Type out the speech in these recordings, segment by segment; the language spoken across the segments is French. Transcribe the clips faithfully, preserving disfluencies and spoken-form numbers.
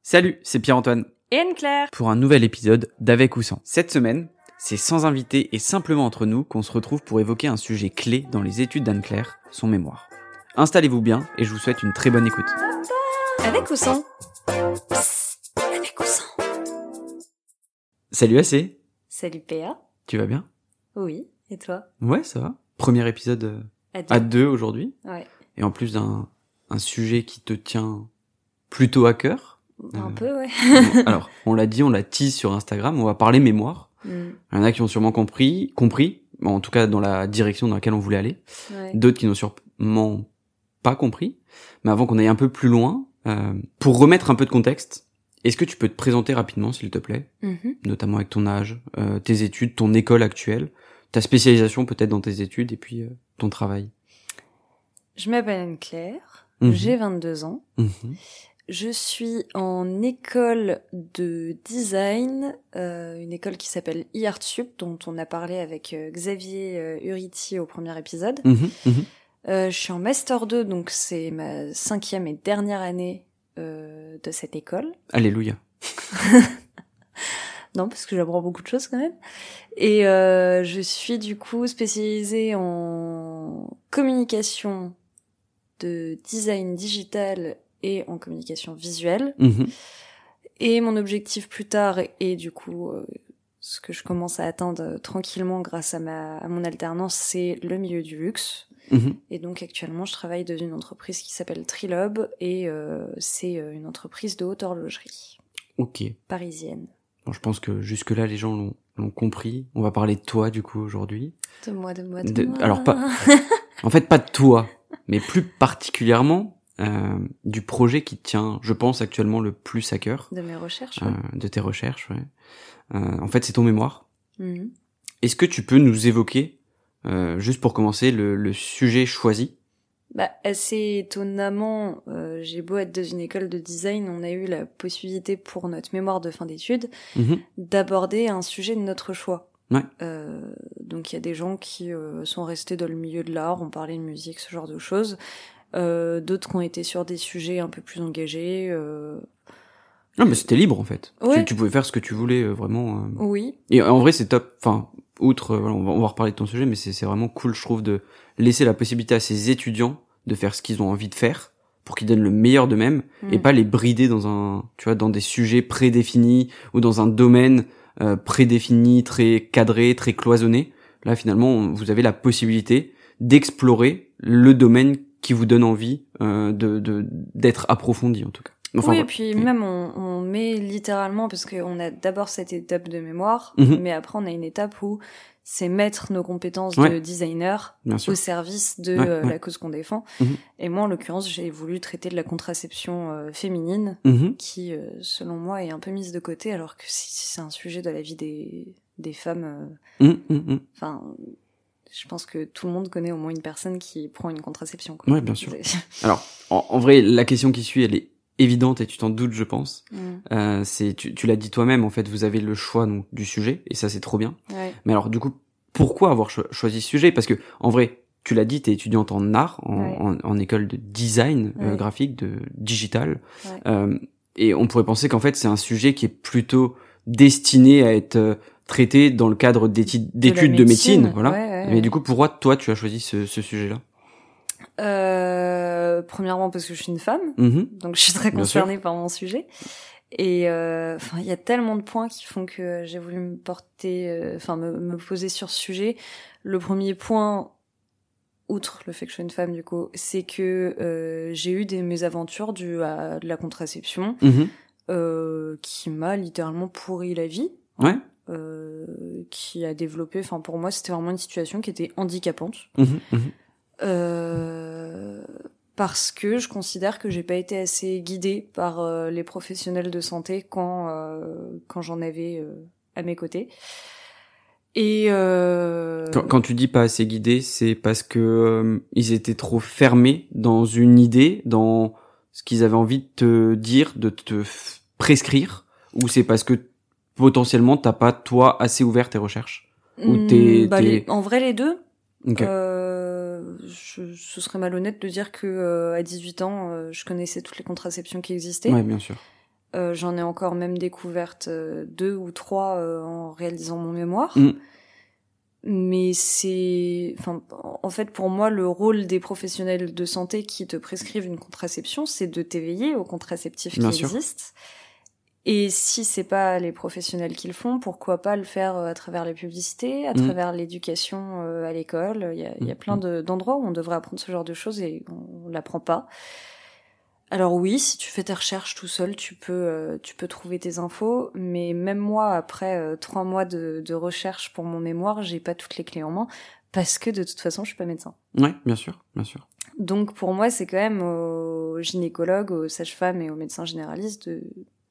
Salut, c'est Pierre-Antoine. Et Anne-Claire. Pour un nouvel épisode d'Avec ou sans. Cette semaine, c'est sans invité et simplement entre nous qu'on se retrouve pour évoquer un sujet clé dans les études d'Anne-Claire, son mémoire. Installez-vous bien et je vous souhaite une très bonne écoute. Avec ou sans? Psst, avec ou sans? Salut A C. Salut P A. Tu vas bien? Oui, et toi? Ouais, ça va. Premier épisode euh, À deux. à deux aujourd'hui. Ouais. Et en plus d'un un sujet qui te tient plutôt à cœur. Un Euh, peu, ouais. Alors, on l'a dit, on l'a tease sur Instagram, on va parler mémoire. Mm. Il y en a qui ont sûrement compris, compris, en tout cas dans la direction dans laquelle on voulait aller. Ouais. D'autres qui n'ont sûrement pas compris. Mais avant qu'on aille un peu plus loin, euh, pour remettre un peu de contexte, est-ce que tu peux te présenter rapidement, s'il te plaît, Mhm. notamment avec ton âge, euh, tes études, ton école actuelle, ta spécialisation peut-être dans tes études et puis euh, ton travail. Je m'appelle Anne-Claire, Mhm. j'ai vingt-deux ans. Mhm. Je suis en école de design, euh, une école qui s'appelle iArtSup, dont on a parlé avec euh, Xavier euh, Uriti au premier épisode. Mhm. Mhm. Euh, je suis en Master deux, donc c'est ma cinquième et dernière année euh, de cette école. Alléluia. Non, parce que j'apprends beaucoup de choses quand même. Et euh, je suis du coup spécialisée en communication de design digital et en communication visuelle. Mhm. Et mon objectif plus tard, et du coup euh, ce que je commence à atteindre euh, tranquillement grâce à, ma, à mon alternance, c'est le milieu du luxe. Mhm. Et donc actuellement, je travaille dans une entreprise qui s'appelle Trilob, et euh, c'est euh, une entreprise de haute horlogerie Ok. parisienne. Bon, je pense que jusque-là, les gens l'ont, l'ont compris. On va parler de toi, du coup, aujourd'hui. De moi, de moi, de, De- moi. alors, pas- En fait, pas de toi, mais plus particulièrement euh, du projet qui te tient, je pense, actuellement le plus à cœur, De mes recherches, euh, ouais. de tes recherches. Ouais. Euh, en fait, c'est ton mémoire. Mhm. Est-ce que tu peux nous évoquer, euh, juste pour commencer, le, le sujet choisi? Bah, assez étonnamment, euh, j'ai beau être dans une école de design, on a eu la possibilité pour notre mémoire de fin d'études Mhm. d'aborder un sujet de notre choix. Ouais. Euh, donc il y a des gens qui euh, sont restés dans le milieu de l'art, ont parlé de musique, ce genre de choses. Euh, d'autres qui ont été sur des sujets un peu plus engagés. Euh... Non, mais c'était libre, en fait. Ouais. Tu, tu pouvais faire ce que tu voulais, euh, vraiment. euh. Oui. Et en vrai, c'est top. Enfin, outre, euh, voilà, on va, on va reparler de ton sujet, mais c'est, c'est vraiment cool, je trouve, de laisser la possibilité à ces étudiants de faire ce qu'ils ont envie de faire, pour qu'ils donnent le meilleur d'eux-mêmes, Mm. et pas les brider dans un, tu vois, dans des sujets prédéfinis, ou dans un domaine euh, prédéfini, très cadré, très cloisonné. Là, finalement, vous avez la possibilité d'explorer le domaine qui vous donne envie euh, de, de d'être approfondi, en tout cas. Enfin, oui, voilà. et puis même on, on met littéralement, parce qu'on a d'abord cette étape de mémoire, Mhm. mais après on a une étape où c'est mettre nos compétences Ouais. de designer Bien sûr. au service de Ouais, euh, ouais. la cause qu'on défend. Mhm. Et moi, en l'occurrence, j'ai voulu traiter de la contraception euh, féminine, Mhm. qui, euh, selon moi, est un peu mise de côté, alors que si c'est un sujet de la vie des, des femmes, Mhm, mhm, mhm. enfin, je pense que tout le monde connaît au moins une personne qui prend une contraception, quoi. Ouais, bien sûr. C'est- Alors, en, en vrai, la question qui suit, elle est évidente et tu t'en doutes, je pense. Mm. Euh, c'est, tu, tu l'as dit toi-même, en fait, vous avez le choix donc du sujet et ça, c'est trop bien. Ouais. Mais alors, du coup, pourquoi avoir cho- choisi ce sujet? Parce que, en vrai, tu l'as dit, t'es étudiante en art, en, Ouais. en, en école de design euh, Ouais. graphique, de digital, Ouais. euh, et on pourrait penser qu'en fait, c'est un sujet qui est plutôt destiné à être euh, traité dans le cadre d'études, d'études de médecine, voilà. Ouais, ouais, Mais ouais. du coup, pourquoi toi, tu as choisi ce, ce sujet-là? Euh, premièrement parce que je suis une femme, Mhm. donc je suis très Bien concernée par mon sujet. Et euh, enfin, il y a tellement de points qui font que j'ai voulu me porter, euh, enfin me, me poser sur ce sujet. Le premier point, outre le fait que je suis une femme du coup, c'est que euh, j'ai eu des mésaventures dues à de la contraception, Mhm. euh, qui m'a littéralement pourri la vie. Ouais. Euh, qui a développé, enfin pour moi c'était vraiment une situation qui était handicapante. Mhm. Mhm. Euh, parce que je considère que j'ai pas été assez guidée par euh, les professionnels de santé quand euh, quand j'en avais euh, à mes côtés. Et euh... Quand, quand tu dis pas assez guidé, c'est parce que euh, ils étaient trop fermés dans une idée, dans ce qu'ils avaient envie de te dire, de te f- prescrire, ou c'est parce que potentiellement t'as pas toi assez ouvert tes recherches, ou t'es, hmm, bah, t'es... les- en vrai les deux. Ok. Euh, je, ce serait malhonnête de dire que euh, à dix-huit ans, euh, je connaissais toutes les contraceptions qui existaient. Ouais, bien sûr. Euh, j'en ai encore même découverte euh, deux ou trois euh, en réalisant mon mémoire. Mmh. Mais c'est, enfin, en fait, pour moi, le rôle des professionnels de santé qui te prescrivent une contraception, c'est de t'éveiller aux contraceptifs Bien qui sûr. existent. Et si c'est pas les professionnels qui le font, pourquoi pas le faire à travers les publicités, à Mmh. travers l'éducation euh, à l'école. Il y a, il y a plein de, d'endroits où on devrait apprendre ce genre de choses et on, on l'apprend pas. Alors oui, si tu fais tes recherches tout seul, tu peux, euh, tu peux trouver tes infos. Mais même moi, après euh, trois mois de, de recherche pour mon mémoire, j'ai pas toutes les clés en main parce que de toute façon, je suis pas médecin. Ouais, bien sûr, bien sûr. Donc pour moi, c'est quand même aux gynécologues, aux sages-femmes et aux médecins généralistes de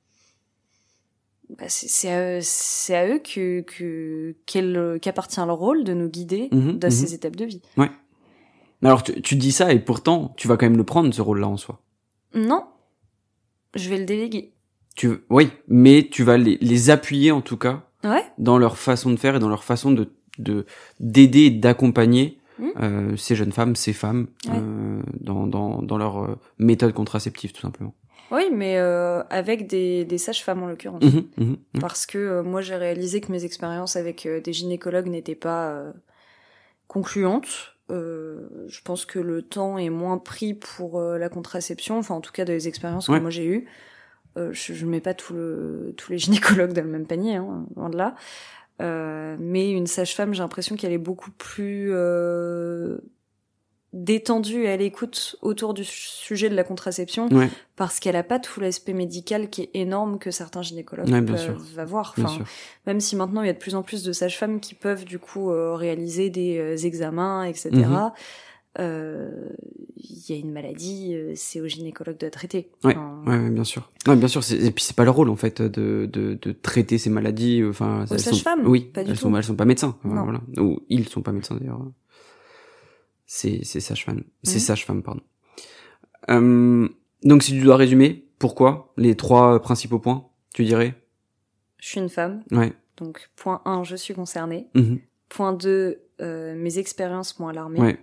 bah, c'est, c'est, à eux, c'est à eux que, que, qu'elle, qu'appartient le rôle de nous guider Mmh, dans mmh. ces étapes de vie. Ouais. Mais alors, tu, tu dis ça et pourtant, tu vas quand même le prendre, ce rôle-là, en soi. Non, je vais le déléguer. Tu, oui, mais tu vas les, les appuyer, en tout cas, Ouais. dans leur façon de faire et dans leur façon de, de, d'aider et d'accompagner Mmh. euh, ces jeunes femmes, ces femmes, Ouais. euh, dans, dans, dans leur euh, méthode contraceptive, tout simplement. Oui, mais euh, avec des, des sages-femmes en l'occurrence. Mmh, mmh, mmh. Parce que euh, moi, j'ai réalisé que mes expériences avec euh, des gynécologues n'étaient pas euh, concluantes. Euh, je pense que le temps est moins pris pour euh, la contraception, enfin en tout cas dans les expériences Ouais. que moi j'ai eues. Euh, je, je mets pas tout le, tous les gynécologues dans le même panier, hein, loin de là. Euh, mais une sage-femme, j'ai l'impression qu'elle est beaucoup plus euh, détendue et à l'écoute autour du sujet de la contraception, Ouais, parce qu'elle a pas tout l'aspect médical qui est énorme que certains gynécologues Ouais, bien peuvent sûr. avoir. bien Enfin, sûr. même si maintenant il y a de plus en plus de sages-femmes qui peuvent du coup euh, réaliser des euh, examens, et cetera. Euh, il y a une maladie, euh, c'est au gynécologue de la traiter. Ouais, Enfin, ouais, ouais, bien sûr. Ouais, bien sûr. C'est, et puis c'est pas leur rôle en fait de de, de traiter ces maladies. Enfin, Aux elles sont- sages-femmes, Oui, pas du elles tout. sont elles sont pas médecins. Enfin, Non. voilà. Ou ils sont pas médecins d'ailleurs. C'est c'est sage-femme. C'est Mhm. sage-femme, pardon. Euh, donc si tu dois résumer, pourquoi les trois principaux points, tu dirais? Je suis une femme, Ouais. donc point un, je suis concernée. Mhm. Point deux, euh, mes expériences m'ont alarmée. Ouais.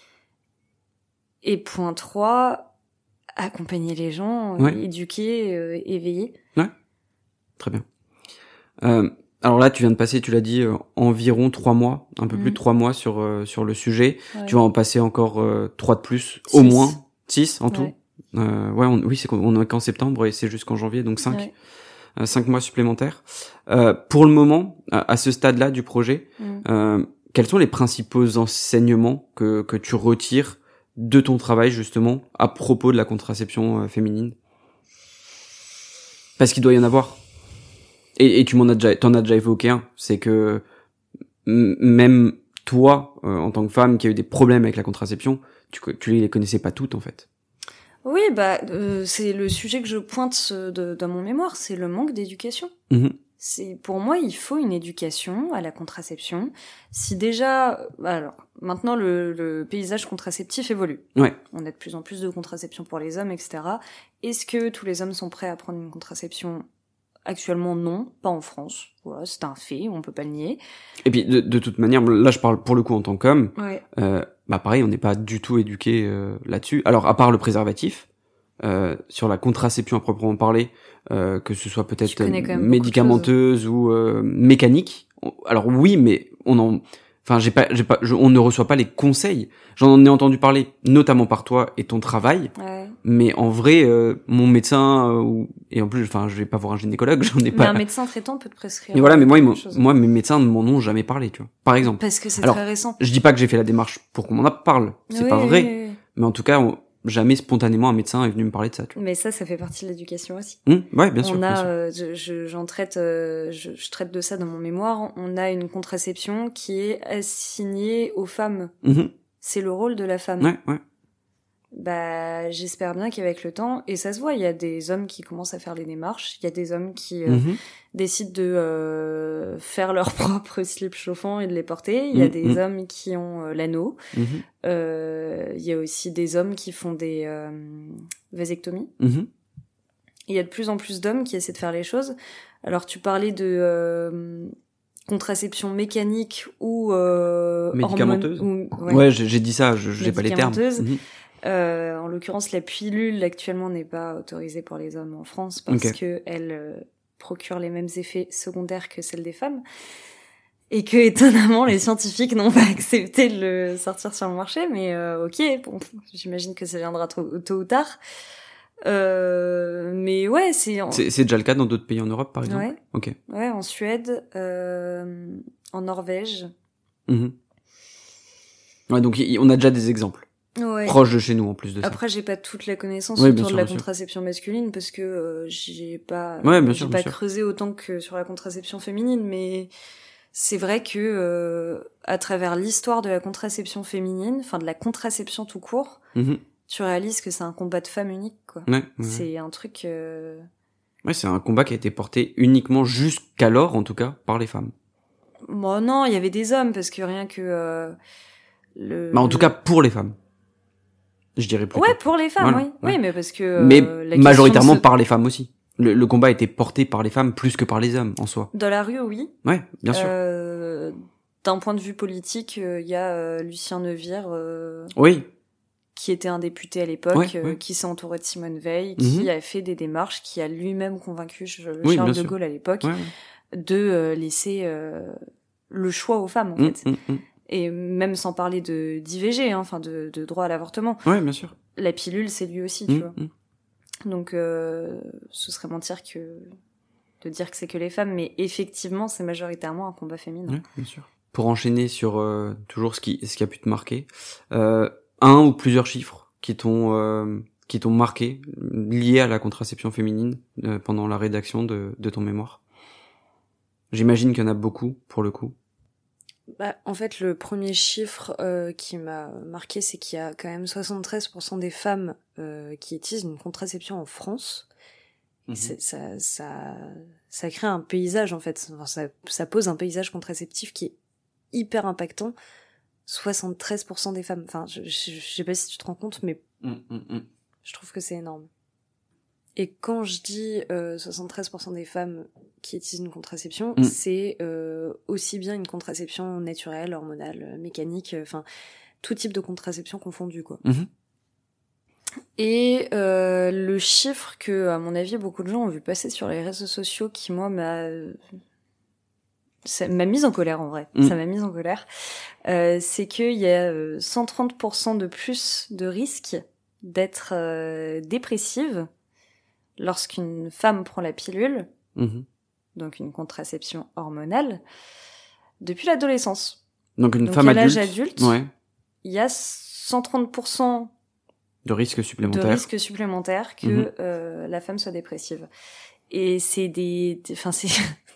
Et point trois, accompagner les gens, Ouais. éduquer, euh, éveiller. Très bien. Euh, alors là, tu viens de passer, tu l'as dit, euh, environ trois mois, un peu Mhm. plus de trois mois sur euh, sur le sujet. Ouais. Tu vas en passer encore euh, trois de plus, au Six. moins six en tout. Ouais. Euh, ouais, on, oui, c'est qu'on on est qu'en septembre et c'est jusqu'en janvier, donc cinq, Ouais. euh, cinq mois supplémentaires. Euh, pour le moment, à, à ce stade-là du projet, Mhm. euh, quels sont les principaux enseignements que que tu retires de ton travail justement à propos de la contraception euh, féminine? Parce qu'il doit y en avoir. Et, et tu m'en as déjà, t'en as déjà évoqué un, c'est que m- même toi, euh, en tant que femme qui a eu des problèmes avec la contraception, tu, co- tu les connaissais pas toutes en fait. Oui, bah euh, c'est le sujet que je pointe euh, de, dans mon mémoire, c'est le manque d'éducation. Mhm. C'est pour moi, il faut une éducation à la contraception. Si déjà, alors maintenant le, le paysage contraceptif évolue. Ouais. On a de plus en plus de contraception pour les hommes, et cetera. Est-ce que tous les hommes sont prêts à prendre une contraception? Actuellement, non, pas en France. Voilà, c'est un fait, on peut pas le nier. Et puis de, de toute manière, là je parle pour le coup en tant qu'homme, Ouais. euh, bah pareil, on n'est pas du tout éduqué euh, là-dessus. Alors à part le préservatif, euh, sur la contraception à proprement parler, euh, que ce soit peut-être Tu connais quand même beaucoup de médicamenteuse ou euh, mécanique. On- Alors oui, mais on en, enfin j'ai pas, j'ai pas, je- on ne reçoit pas les conseils. J'en ai entendu parler, notamment par toi et ton travail. Ouais. Mais en vrai, euh, mon médecin euh, ou et en plus, enfin, je vais pas voir un gynécologue, j'en ai Mais pas. un médecin traitant peut te prescrire. Mais voilà, mais moi, ils m'ont- quelque chose. moi, mes médecins ne m'en ont jamais parlé, tu vois. Par exemple. Parce que c'est Alors, très récent. Je dis pas que j'ai fait la démarche pour qu'on m'en parle, c'est Oui, pas oui, vrai. oui, oui. Mais en tout cas, on- jamais spontanément un médecin est venu me parler de ça, tu vois. Mais ça, ça fait partie de l'éducation aussi. Hum, ouais, bien sûr. on bien a, sûr. euh, je, je- j'en traite, euh, je, je traite de ça dans mon mémoire. On a une contraception qui est assignée aux femmes. Mhm. C'est le rôle de la femme. Ouais, ouais. Bah, j'espère bien qu'avec le temps, et ça se voit, il y a des hommes qui commencent à faire les démarches, il y a des hommes qui euh, Mhm. décident de euh, faire leur propre slip chauffant et de les porter. Il y a Mhm. des hommes qui ont euh, l'anneau. Mhm. Euh, il y a aussi des hommes qui font des euh, vasectomies. Mhm. Il y a de plus en plus d'hommes qui essaient de faire les choses. Alors, tu parlais de euh, contraception mécanique ou euh, Médicamenteuse. hormone- ou, Ouais, ouais. j'ai j'ai dit ça, je j'ai pas les termes. Médicamenteuse. Mhm. Euh, en l'occurrence, la pilule actuellement n'est pas autorisée pour les hommes en France parce okay. que elle euh, procure les mêmes effets secondaires que celle des femmes. Et que, étonnamment, les scientifiques n'ont pas accepté de le sortir sur le marché, mais euh, ok, bon, j'imagine que ça viendra tôt, tôt ou tard. Euh, mais ouais, c'est... En... c'est... C'est déjà le cas dans d'autres pays en Europe, par exemple? Ouais, ok. Ouais, en Suède, euh, en Norvège. Mmh. Ouais, donc y, on a déjà des exemples. Ouais. Proches de chez nous, en plus de ça. Après, j'ai pas toute la connaissance oui, autour sûr, de la bien contraception sûr. masculine, parce que euh, j'ai pas, ouais, bien j'ai sûr, pas bien creusé sûr. autant que sur la contraception féminine, mais... C'est vrai que euh, à travers l'histoire de la contraception féminine, enfin de la contraception tout court, mmh. tu réalises que c'est un combat de femmes unique, quoi. Ouais, ouais. C'est un truc... Euh... Ouais, c'est un combat qui a été porté uniquement jusqu'alors, en tout cas, par les femmes. Bon, non, il y avait des hommes, parce que rien que... Euh, le... Bah, en tout cas, pour les femmes. Je dirais plutôt. Ouais, pour les femmes, voilà, oui. ouais. Oui, mais parce que... Euh, mais la majoritairement se... par les femmes aussi. Le, le combat a été porté par les femmes plus que par les hommes, en soi. Dans la rue, oui. Ouais, bien sûr. Euh, d'un point de vue politique, il euh, y a euh, Lucien Neuwirth... Euh... Oui. Qui était un député à l'époque, ouais, euh, ouais. qui s'est entouré de Simone Veil, qui mmh. a fait des démarches, qui a lui-même convaincu Charles oui, de sûr. Gaulle à l'époque ouais, ouais. de euh, laisser euh, le choix aux femmes, en mmh, fait. Mmh, mmh. Et même sans parler de d'I V G, hein, enfin de, de droit à l'avortement. Ouais, bien sûr. La pilule, c'est lui aussi, mmh, tu vois. Mmh. Donc, euh, ce serait mentir que de dire que c'est que les femmes, mais effectivement, c'est majoritairement un combat féminin. Ouais, bien sûr. Pour enchaîner sur euh, toujours ce qui ce qui a pu te marquer, euh, un ou plusieurs chiffres qui t'ont euh, qui t'ont marqué liés à la contraception féminine euh, pendant la rédaction de de ton mémoire. J'imagine qu'il y en a beaucoup pour le coup. Bah, en fait, le premier chiffre euh, qui m'a marqué, c'est qu'il y a quand même soixante-treize pour cent des femmes euh, qui utilisent une contraception en France. Mmh. C'est, ça, ça, ça crée un paysage, en fait. Enfin, ça, ça pose un paysage contraceptif qui est hyper impactant. soixante-treize pour cent des femmes. Enfin, je, je, je sais pas si tu te rends compte, mais mmh, mmh. je trouve que c'est énorme. Et quand je dis euh, soixante-treize pour cent des femmes qui utilisent une contraception, mmh. c'est euh, aussi bien une contraception naturelle, hormonale, mécanique, enfin euh, tout type de contraception confondue, quoi. Mmh. Et euh, le chiffre que, à mon avis, beaucoup de gens ont vu passer sur les réseaux sociaux, qui moi m'a ça m'a mise en colère en vrai. Mmh. Ça m'a mise en colère. Euh, c'est qu'il y a euh, cent trente pour cent de plus de risques d'être euh, dépressive lorsqu'une femme prend la pilule, mmh. donc une contraception hormonale, depuis l'adolescence. Donc une donc femme à l'âge adulte, adulte, ouais. il y a cent trente pour cent de risques supplémentaires, de risques supplémentaires que mmh. euh, la femme soit dépressive. Et c'est des, enfin c'est,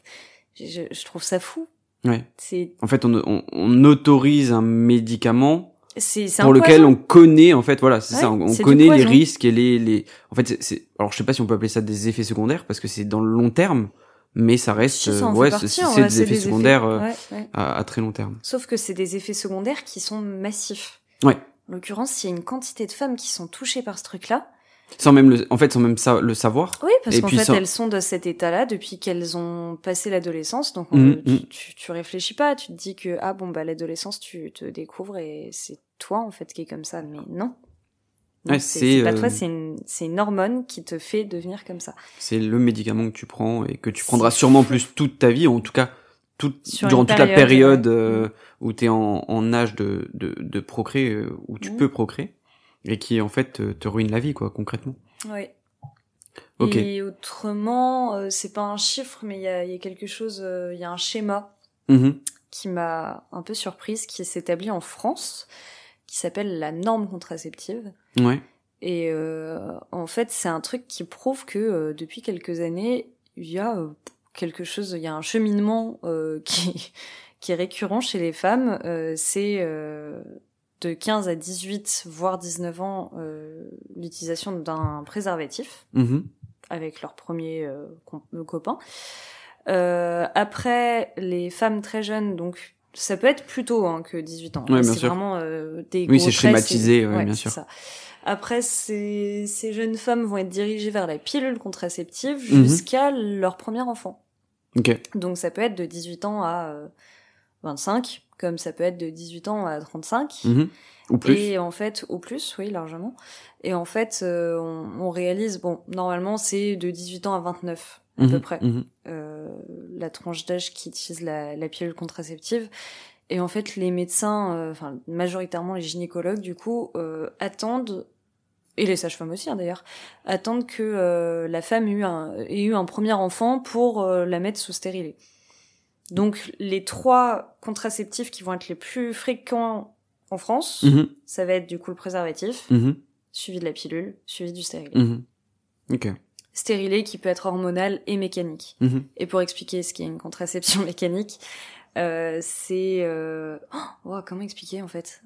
je, je trouve ça fou. Ouais. C'est. En fait, on, on, on autorise un médicament. C'est, c'est pour lequel on connaît, en fait, voilà, c'est ouais, ça, on, on c'est connaît les risques et les, les, en fait, c'est, c'est, alors je sais pas si on peut appeler ça des effets secondaires parce que c'est dans le long terme, mais ça reste, si, ça euh, ouais, partie, c'est, c'est c'est des des effets effets secondaires euh, ouais, ouais. À, à très long terme. Sauf que c'est des effets secondaires qui sont massifs. Ouais. En l'occurrence, il y a une quantité de femmes qui sont touchées par ce truc-là. Sans même le, en fait, sans même ça, le savoir. Oui, parce et qu'en puis fait, sans... elles sont de cet état-là depuis qu'elles ont passé l'adolescence. Donc, mmh, tu, mmh. tu, tu réfléchis pas. Tu te dis que, ah bon, bah, l'adolescence, tu te découvres et c'est toi, en fait, qui est comme ça. Mais non. Donc, ouais, c'est, c'est, c'est pas euh... toi, c'est une, c'est une hormone qui te fait devenir comme ça. C'est le médicament que tu prends et que tu prendras sûrement plus toute ta vie, ou en tout cas, tout, durant toute période, la période ouais. euh, où t'es en, en âge de, de, de procréer, euh, où tu mmh. peux procréer. Et qui, en fait, te, te ruine la vie, quoi, concrètement. Oui. Okay. Et autrement, euh, c'est pas un chiffre, mais il y a, y a quelque chose, il euh, y a un schéma mmh. qui m'a un peu surprise, qui s'établit en France, qui s'appelle la norme contraceptive. Ouais. Et euh, en fait, c'est un truc qui prouve que euh, depuis quelques années, il y a euh, quelque chose, il y a un cheminement euh, qui, qui est récurrent chez les femmes. Euh, c'est euh, de quinze à dix-huit, voire dix-neuf ans, euh, l'utilisation d'un préservatif mmh. avec leur premier euh, com- copain. Euh, après, les femmes très jeunes, donc ça peut être plus tôt hein, que dix-huit ans. Ouais, c'est sûr. vraiment euh, des oui, gros c'est schématisé, c'est... ouais, Ouais, bien c'est sûr. Ça. Après, ces, ces jeunes femmes vont être dirigées vers la pilule contraceptive jusqu'à mmh. leur premier enfant. Okay. Donc ça peut être de dix-huit ans à euh, vingt-cinq, comme ça peut être de dix-huit ans à trente-cinq. Mmh. Ou plus. Et en fait, au plus, oui, largement. Et en fait, euh, on, on réalise, bon, normalement, c'est de dix-huit ans à vingt-neuf, à Mmh. peu près, Mmh. euh, la tranche d'âge qui utilise la, la pilule contraceptive. Et en fait, les médecins, euh, enfin, majoritairement les gynécologues, du coup, euh, attendent, et les sages-femmes aussi, hein, d'ailleurs, attendent que euh, la femme ait eu un, ait eu un premier enfant pour euh, la mettre sous stérilet. Donc, les trois contraceptifs qui vont être les plus fréquents en France, Mmh. ça va être du coup le préservatif, Mmh. suivi de la pilule, suivi du stérilet. Mmh. Ok. Stérilet qui peut être hormonal et mécanique. Mmh. Et pour expliquer ce qu'est une contraception mécanique, euh, c'est... Euh... Oh, wow, comment expliquer en fait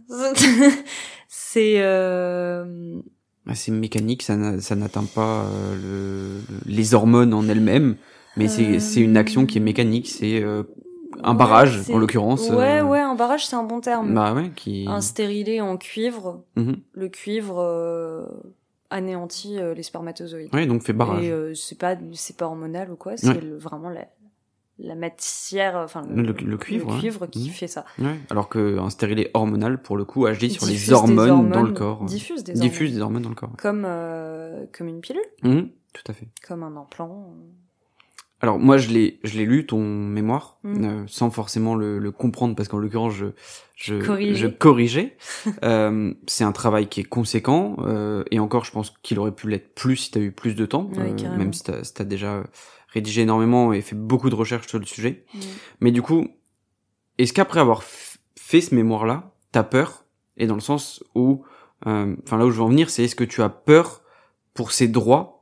C'est... Euh... Bah, c'est mécanique, ça, n'a- ça n'atteint pas euh, le, le- les hormones en elles-mêmes, mais c'est, Euh, c'est une action qui est mécanique, c'est euh, un ouais, barrage, c'est- en l'occurrence. Ouais, euh, ouais, un barrage, c'est un bon terme. Bah ouais, qui... Un stérilet en cuivre. Mhm. Le cuivre euh, anéantit euh, les spermatozoïdes. Ouais, donc fait barrage. Et euh, c'est pas, c'est pas hormonal ou quoi, c'est Ouais. le- vraiment la, la matière, enfin Le- le cuivre, le ouais. cuivre qui Mhm. fait ça. Ouais. Alors qu'un stérilet hormonal, pour le coup, agit sur Diffuse les hormones, des hormones dans le corps. Diffuse des Diffuse hormones. des hormones dans le corps. Comme, euh, comme une pilule, Mhm. Tout à fait. comme un implant. Alors moi je l'ai je l'ai lu ton mémoire Mm. euh, sans forcément le, le comprendre parce qu'en l'occurrence je je Corriger. je corrigeais. euh, c'est un travail qui est conséquent euh, et encore je pense qu'il aurait pu l'être plus si t'as eu plus de temps, Oui, carrément. même si t'as, si t'as déjà rédigé énormément et fait beaucoup de recherches sur le sujet. Mm. Mais du coup, est-ce qu'après avoir f- fait ce mémoire là, t'as peur? Et dans le sens où, euh, enfin là où je veux en venir, c'est est-ce que tu as peur pour ces droits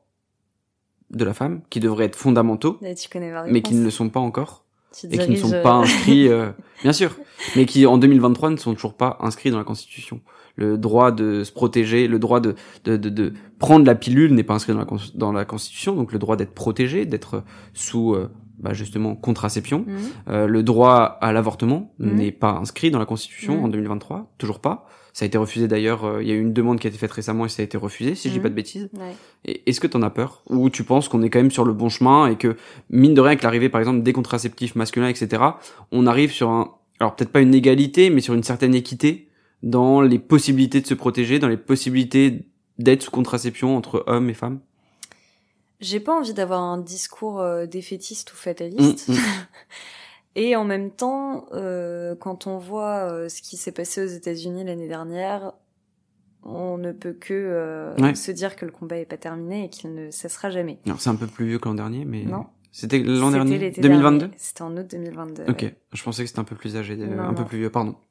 de la femme qui devraient être fondamentaux, Là, tu connais ma réponse. mais qui ne le sont pas encore Tu te et qui ne diriges, sont euh, pas inscrits, euh, bien sûr, mais qui en deux mille vingt-trois ne sont toujours pas inscrits dans la Constitution. Le droit de se protéger, le droit de de de, de prendre la pilule n'est pas inscrit dans la cons- dans la Constitution, donc le droit d'être protégé, d'être sous euh, bah justement contraception, Mhm. euh, le droit à l'avortement Mhm. n'est pas inscrit dans la Constitution Mhm. en deux mille vingt-trois, toujours pas. Ça a été refusé d'ailleurs, euh, il y a eu une demande qui a été faite récemment et ça a été refusé, si je dis Mhm. pas de bêtises. Ouais. Et est-ce que t'en as peur? Ou tu penses qu'on est quand même sur le bon chemin et que, mine de rien, avec l'arrivée, par exemple, des contraceptifs masculins, et cetera, on arrive sur un, alors peut-être pas une égalité, mais sur une certaine équité dans les possibilités de se protéger, dans les possibilités d'être sous contraception entre hommes et femmes? J'ai pas envie d'avoir un discours euh, défaitiste ou fataliste. Mmh, mmh. Et en même temps, euh, quand on voit euh, ce qui s'est passé aux États-Unis l'année dernière, on ne peut que euh, Ouais. se dire que le combat est pas terminé et qu'il ne cessera jamais. Alors, c'est un peu plus vieux que l'an dernier, mais... Non. C'était l'an C'était dernier? l'été deux mille vingt-deux? dernier. C'était en août deux mille vingt-deux. Ok. ouais. Je pensais que c'était un peu plus âgé, euh, Non, un peu non. plus vieux, pardon.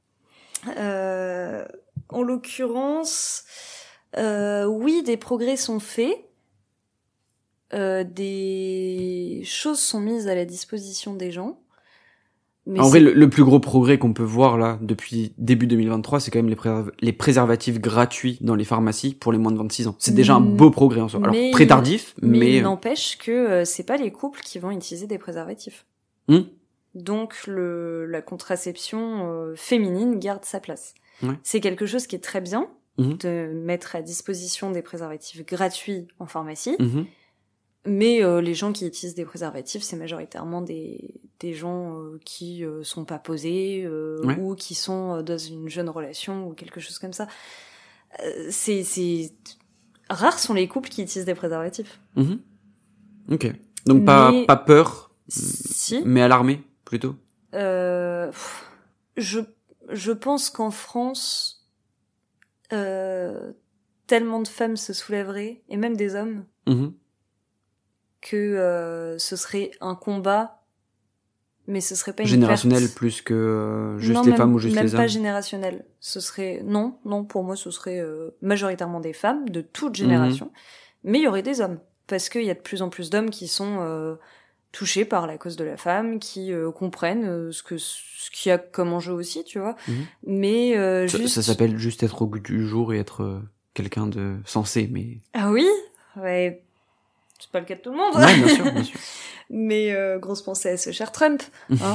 Euh, en l'occurrence, euh, oui, des progrès sont faits. Euh, des choses sont mises à la disposition des gens. Mais En c'est- vrai, le, le plus gros progrès qu'on peut voir là depuis début deux mille vingt-trois, c'est quand même les, préserv- les préservatifs gratuits dans les pharmacies pour les moins de vingt-six ans. C'est déjà un Mm. beau progrès en soi. Alors Mais très il- tardif, mais, mais, il euh, n'empêche que euh, c'est pas les couples qui vont utiliser des préservatifs. Hmm. Donc le, la contraception euh, féminine garde sa place. Ouais. C'est quelque chose qui est très bien Mhm. de mettre à disposition des préservatifs gratuits en pharmacie. mhm. Mais euh, les gens qui utilisent des préservatifs, c'est majoritairement des, des gens euh, qui euh, sont pas posés euh, Ouais. ou qui sont euh, dans une jeune relation ou quelque chose comme ça. Euh, c'est, c'est... Rares sont les couples qui utilisent des préservatifs. Mhm. Ok. Donc pas Mais- pas peur, Si. mais alarmé plutôt. Euh, pff, je, je pense qu'en France, euh, tellement de femmes se soulèveraient, et même des hommes, Mhm. que euh, ce serait un combat, mais ce serait pas une Générationnel perte. plus que euh, juste Non, les même- femmes ou juste même les pas hommes. générationnel. Ce serait non, non. Pour moi, ce serait euh, majoritairement des femmes de toute Mhm. génération, mais il y aurait des hommes parce qu'il y a de plus en plus d'hommes qui sont euh, touchés par la cause de la femme, qui euh, comprennent euh, ce que ce qu'il y a comme enjeu aussi, tu vois. Mhm. Mais euh, Ça, juste ça s'appelle juste être au goût du jour et être euh, quelqu'un de sensé, mais ah oui, ouais. C'est pas le cas de tout le monde. ouais, bien sûr, bien sûr. Mais euh, grosse pensée à ce cher Trump. Hein.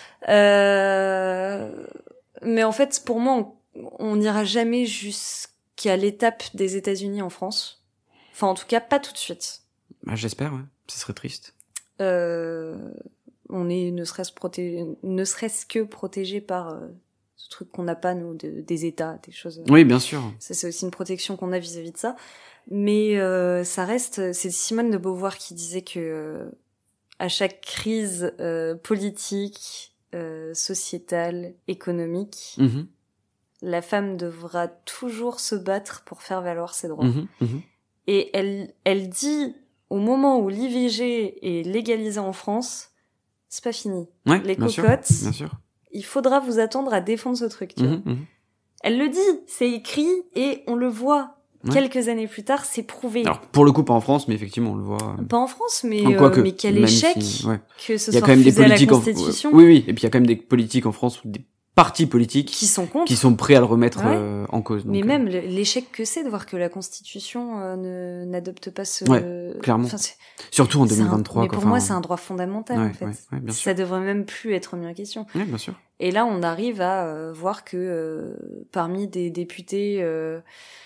euh... Mais en fait, pour moi, on n'ira jamais jusqu'à l'étape des États-Unis en France. Enfin, en tout cas, pas tout de suite. Bah, j'espère, ouais. Ce serait triste. Euh... On est ne serait-ce proté... ne serait-ce que protégé par euh, ce truc qu'on n'a pas nous de, des États, des choses. Oui, bien sûr. Ça c'est aussi une protection qu'on a vis-à-vis de ça. Mais euh, ça reste, c'est Simone de Beauvoir qui disait que euh, à chaque crise euh, politique, euh, sociétale, économique, mmh. la femme devra toujours se battre pour faire valoir ses droits. Mmh, mmh. Et elle, elle dit, au moment où l'I V G est légalisé en France, c'est pas fini. Ouais, Les bien cocottes, sûr, bien sûr. il faudra vous attendre à défendre ce truc, tu Mmh, vois. mmh. Elle le dit, c'est écrit et on le voit. Ouais. Quelques années plus tard, c'est prouvé. Alors, pour le coup, pas en France, mais effectivement, on le voit. Pas en France, mais, En quoi euh, que, mais quel même échec si, ouais. que ce Il y a soit quand même des refusé à la politiques en Constitution. Oui, oui. Et puis il y a quand même des politiques en France, ou des partis politiques qui sont contre. qui sont prêts à le remettre Ouais. euh, en cause. Donc, mais euh... même l'échec que c'est de voir que la Constitution euh, ne n'adopte pas ce. Ouais, clairement. Enfin, c'est... Surtout en c'est deux mille vingt-trois. Un... Mais quoi. pour enfin, moi, c'est un droit fondamental ouais, en fait. Ouais, ouais, bien sûr. Ça devrait même plus être mis en question. Oui, bien sûr. Et là, on arrive à euh, voir que euh, parmi des députés euh,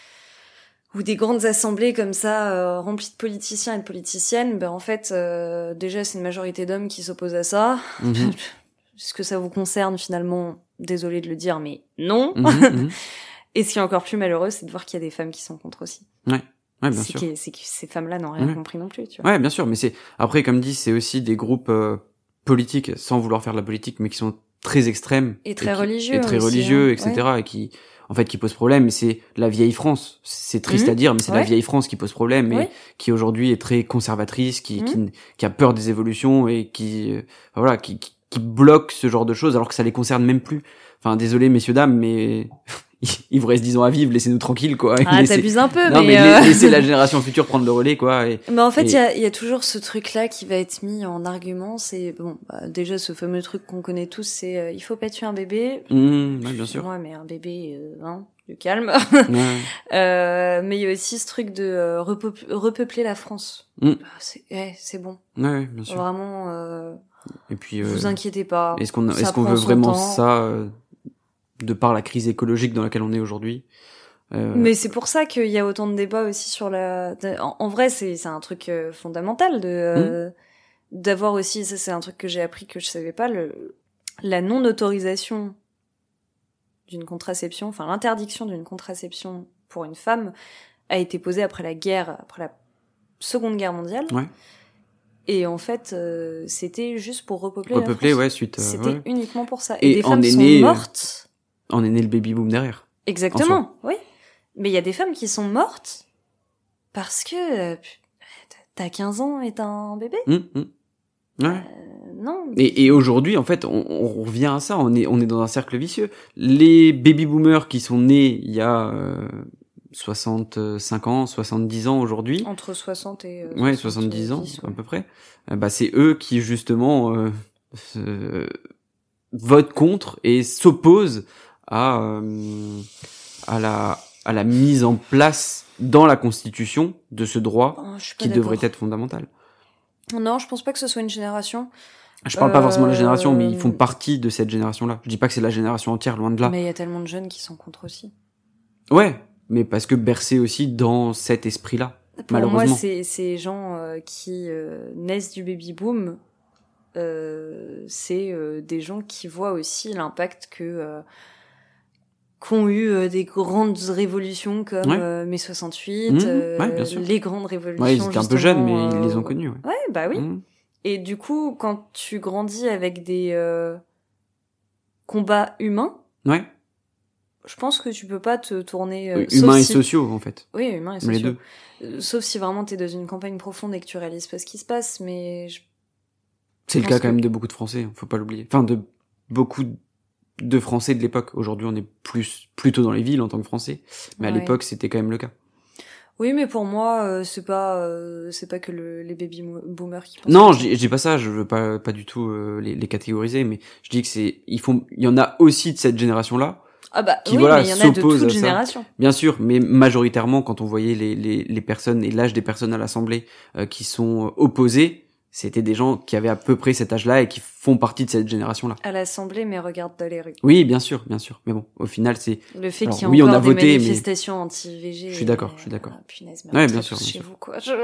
ou des grandes assemblées comme ça, euh, remplies de politiciens et de politiciennes, ben en fait, euh, déjà c'est une majorité d'hommes qui s'opposent à ça. Mm-hmm. Est-ce que ça vous concerne finalement? Désolée de le dire, mais non. Mm-hmm, mm-hmm. Et ce qui est encore plus malheureux, c'est de voir qu'il y a des femmes qui sont contre aussi. Ouais. Ouais, bien c'est sûr. Que, c'est que ces femmes-là n'ont rien ouais. compris non plus, tu vois. Ouais, bien sûr, mais c'est après, comme dit, c'est aussi des groupes euh, politiques, sans vouloir faire de la politique, mais qui sont très extrêmes et très et qui, religieux, et très aussi, religieux, hein. et cetera, ouais. Et qui, en fait, qui posent problème. Mais c'est la vieille France. C'est triste mmh. à dire, mais c'est ouais. la vieille France qui pose problème et oui. qui aujourd'hui est très conservatrice, qui, mmh. qui, qui a peur des évolutions et qui, euh, voilà, qui, qui, qui bloque ce genre de choses alors que ça les concerne même plus. Enfin, désolé messieurs dames, mais il vous reste dix ans à vivre, laissez-nous tranquilles, quoi. Ah, laissez... t'abuses un peu, non, mais... mais euh... laissez la génération future prendre le relais, quoi. Et, mais en fait, il et... y, a, y a toujours ce truc-là qui va être mis en argument, c'est, bon, bah, déjà, ce fameux truc qu'on connaît tous, c'est, euh, il faut pas tuer un bébé. Mmh, ouais, bien sûr. Moi, mais un bébé, euh, hein, du calme. Ouais. euh, mais il y a aussi ce truc de euh, repop- repeupler la France. Mmh. Ah, c'est, ouais, c'est bon. Ouais, bien sûr. Vraiment, euh, et puis, euh, vous inquiétez pas. Est-ce qu'on, est-ce qu'on veut vraiment temps. ça, euh, de par la crise écologique dans laquelle on est aujourd'hui? Euh... Mais c'est pour ça qu'il y a autant de débats aussi sur la. En, en vrai, c'est c'est un truc euh, fondamental de euh, mmh. d'avoir aussi. Ça, c'est un truc que j'ai appris que je savais pas. Le la non autorisation d'une contraception, enfin l'interdiction d'une contraception pour une femme a été posée après la guerre, après la Seconde Guerre mondiale. Ouais. Et en fait, euh, c'était juste pour repeupler. Repeupler, la France. ouais, suite. Euh, c'était ouais. uniquement pour ça. Et, Et des femmes sont né, mortes. En est né le baby boom derrière. Exactement, oui. Mais il y a des femmes qui sont mortes parce que euh, t'as quinze ans et t'as un bébé. Mmh, mmh. Ouais. Euh, non. Et, et aujourd'hui, en fait, on, on revient à ça. On est, on est dans un cercle vicieux. Les baby boomers qui sont nés il y a euh, soixante-cinq ans, soixante-dix ans aujourd'hui. Entre soixante et euh, ouais, soixante-dix ans ouais. à peu près. Euh, bah c'est eux qui justement euh, se, votent contre et s'opposent à euh, à la à la mise en place dans la Constitution de ce droit oh, qui d'accord. devrait être fondamental. Non, je pense pas que ce soit une génération. Je parle euh... pas forcément de la génération, mais ils font partie de cette génération-là. Je dis pas que c'est la génération entière, loin de là. Mais il y a tellement de jeunes qui sont contre aussi. Ouais, mais parce que bercés aussi dans cet esprit-là, Pour malheureusement. moi, c'est ces gens euh, qui euh, naissent du baby boom, euh, c'est euh, des gens qui voient aussi l'impact que euh, qu'ont eu euh, des grandes révolutions comme ouais. euh, mai soixante-huit, mmh, euh, ouais, bien sûr. les grandes révolutions. Ouais, ils étaient un peu jeunes, mais euh... ils les ont connus. Ouais, ouais bah oui. Mmh. Et du coup, quand tu grandis avec des euh, combats humains, ouais. je pense que tu peux pas te tourner... Euh, humains et si... sociaux, en fait. Oui, humains et sociaux. Les deux. Euh, sauf si vraiment t'es dans une campagne profonde et que tu réalises pas ce qui se passe, mais... Je... C'est je le cas que... quand même de beaucoup de Français, faut pas l'oublier. Enfin, de beaucoup de Français de l'époque. Aujourd'hui, on est plus plutôt dans les villes en tant que Français, mais à ouais. l'époque, c'était quand même le cas. Oui, mais pour moi, euh, c'est pas, euh, c'est pas que le, les baby boomers qui pensent. Non, je dis, je dis pas ça. Je veux pas, pas du tout euh, les, les catégoriser, mais je dis que c'est, ils font, il y en a aussi de cette génération-là. Ah bah qui, oui, voilà, mais il y en a de toute génération. Bien sûr, mais majoritairement, quand on voyait les, les, les personnes et l'âge des personnes à l'Assemblée euh, qui sont opposées, c'était des gens qui avaient à peu près cet âge-là et qui font partie de cette génération-là. À l'Assemblée, mais regarde dans les rues. Oui, bien sûr, bien sûr. Mais bon, au final, c'est... Le fait qu'il y ait oui, encore on a des voté, manifestations mais... anti-V G... Je suis d'accord, je suis d'accord. Ah, punaise, ouais, bien sûr. Chez bien vous, sûr. quoi. Je...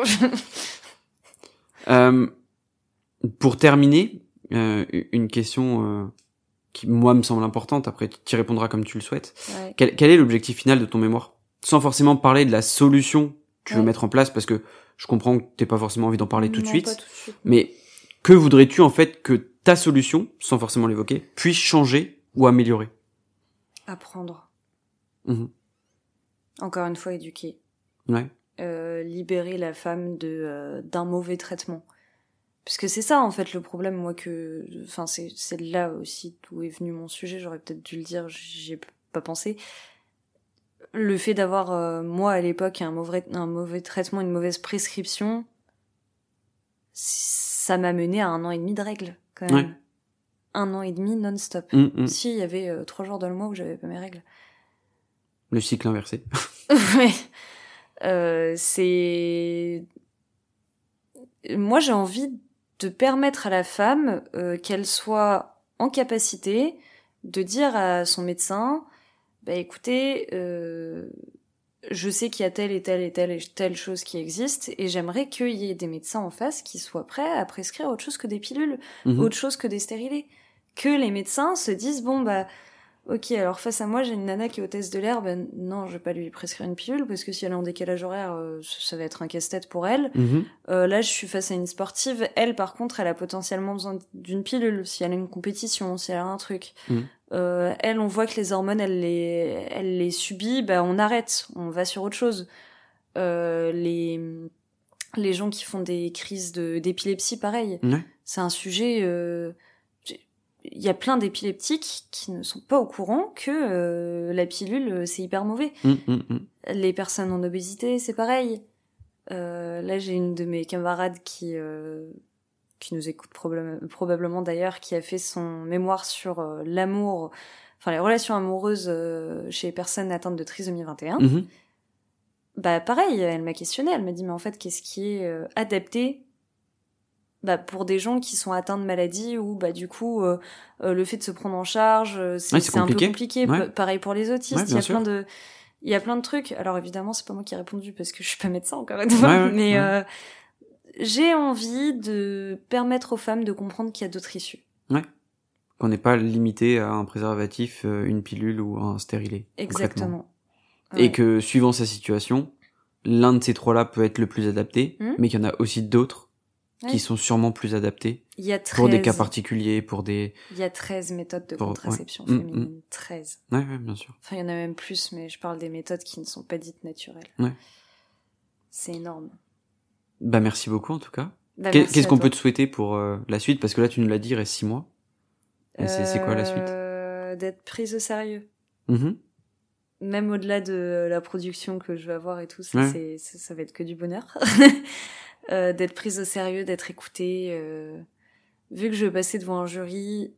euh, pour terminer, euh, une question euh, qui moi me semble importante, après tu y répondras comme tu le souhaites. Ouais. Quel, quel est l'objectif final de ton mémoire? Sans forcément parler de la solution que tu ouais. veux mettre en place, parce que je comprends que t'aies pas forcément envie d'en parler tout de non, suite, pas tout de suite. mais que voudrais-tu en fait que ta solution, sans forcément l'évoquer, puisse changer ou améliorer? Apprendre. Mmh. Encore une fois, éduquer. Ouais. Euh, libérer la femme de euh, d'un mauvais traitement. Parce que c'est ça, en fait, le problème, moi, que... Enfin, c'est, c'est là aussi d'où est venu mon sujet, j'aurais peut-être dû le dire, j'y ai pas pensé. Le fait d'avoir, euh, moi, à l'époque, un mauvais, un mauvais traitement, une mauvaise prescription, ça m'a mené à un an et demi de règles, quand même. Ouais. Un an et demi non-stop. Mmh, mmh. Si, il y avait euh, trois jours dans le mois où j'avais pas mes règles. Le cycle inversé. Ouais. Euh, c'est... Moi, j'ai envie de permettre à la femme euh, qu'elle soit en capacité de dire à son médecin, bah écoutez, euh, je sais qu'il y a telle et telle et telle et telle chose qui existe, et j'aimerais qu'il y ait des médecins en face qui soient prêts à prescrire autre chose que des pilules, Mmh. autre chose que des stérilés. Que les médecins se disent, bon bah, ok, alors face à moi, j'ai une nana qui est hôtesse de l'air, ben non, je vais pas lui prescrire une pilule, parce que si elle est en décalage horaire, euh, ça va être un casse-tête pour elle. Mmh. Euh, là, je suis face à une sportive, elle, par contre, elle a potentiellement besoin d'une pilule, si elle a une compétition, si elle a un truc. Mmh. Euh, elle, on voit que les hormones, elle les, elle les subit, bah on arrête, on va sur autre chose. Euh, les, les gens qui font des crises de, d'épilepsie, pareil. Ouais. C'est un sujet... Euh, il y a plein d'épileptiques qui ne sont pas au courant que euh, la pilule, c'est hyper mauvais. Mmh, mmh, mmh. Les personnes en obésité, c'est pareil. Euh, là, j'ai une de mes camarades qui euh, qui nous écoute probable, probablement d'ailleurs, qui a fait son mémoire sur euh, l'amour, enfin les relations amoureuses euh, chez les personnes atteintes de trisomie vingt et un. Mmh. Bah pareil, elle m'a questionné, elle m'a dit mais en fait qu'est-ce qui est euh, adapté bah pour des gens qui sont atteints de maladies où bah du coup euh, euh, le fait de se prendre en charge euh, c'est, Ouais, c'est c'est un peu compliqué. compliqué. Ouais. P- pareil pour les autistes, Ouais, il y a bien plein sûr. de il y a plein de trucs. Alors évidemment c'est pas moi qui ai répondu parce que je suis pas médecin encore une fois, Ouais, ouais, mais ouais. Euh, j'ai envie de permettre aux femmes de comprendre qu'il y a d'autres issues. Qu'on n'est pas limité à un préservatif, euh, une pilule ou un stérilet. concrètement. Exactement. Et Ouais. que suivant sa situation, l'un de ces trois-là peut être le plus adapté, Mmh. mais qu'il y en a aussi d'autres Ouais. qui sont sûrement plus adaptés Il y a treize, pour des cas particuliers, pour des... il y a treize méthodes de pour- contraception ouais. Mmh, féminine. treize. Ouais, ouais, bien sûr. Enfin, il y en a même plus, mais je parle des méthodes qui ne sont pas dites naturelles. Ouais. C'est énorme. Bah merci beaucoup en tout cas. Bah, Qu'est- merci Qu'est-ce à qu'on toi. peut te souhaiter pour euh, la suite? Parce que là tu nous l'as dit, il reste six mois. Et c'est, c'est quoi la suite? Euh, D'être prise au sérieux. Mhm. Même au-delà de la production que je vais avoir et tout, ça, Ouais. c'est, ça, ça va être que du bonheur. euh, d'être prise au sérieux, d'être écoutée. Euh... Vu que je vais passer devant un jury,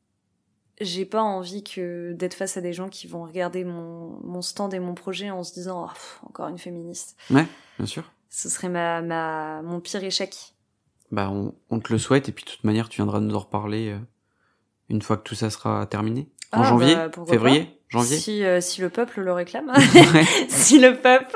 j'ai pas envie que d'être face à des gens qui vont regarder mon, mon stand et mon projet en se disant oh, pff, encore une féministe. Ouais, bien sûr. Ce serait ma, ma, mon pire échec. Bah on, on te le souhaite et puis de toute manière tu viendras nous en reparler euh, une fois que tout ça sera terminé. En Ah, janvier, bah, pourquoi février, pas. janvier. Si, euh, si le peuple le réclame. Ouais. si le peuple,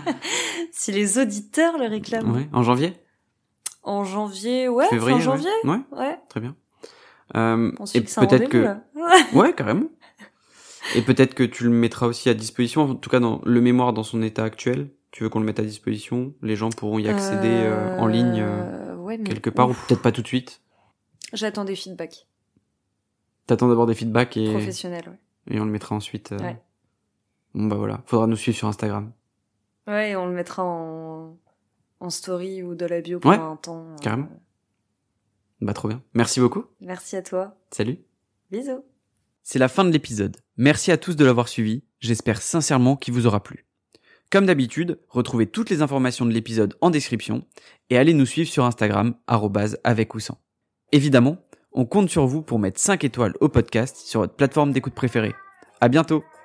si les auditeurs le réclament. Ouais, en janvier, En janvier, ouais, février, fin janvier. Ouais, ouais, Ouais. très bien. Euh, On se et fixe un peut-être rendez-vous, que, là. ouais, carrément. Et peut-être que tu le mettras aussi à disposition, en tout cas dans le mémoire dans son état actuel. Tu veux qu'on le mette à disposition? Les gens pourront y accéder euh, en ligne euh, ouais, mais quelque part, ouf. ou peut-être pas tout de suite. J'attends des feedbacks T'attends d'avoir des feedbacks et, professionnels, ouais. et on le mettra ensuite. euh, Ouais. Bon bah voilà, faudra nous suivre sur Instagram. Ouais, et on le mettra en, en story ou de la bio pendant Ouais, un temps. euh, carrément. Bah trop bien. Merci beaucoup. Merci à toi. Salut. Bisous. C'est la fin de l'épisode. Merci à tous de l'avoir suivi. J'espère sincèrement qu'il vous aura plu. Comme d'habitude, retrouvez toutes les informations de l'épisode en description et allez nous suivre sur Instagram, arobase avec ou sans. Évidemment, on compte sur vous pour mettre cinq étoiles au podcast sur votre plateforme d'écoute préférée. À bientôt!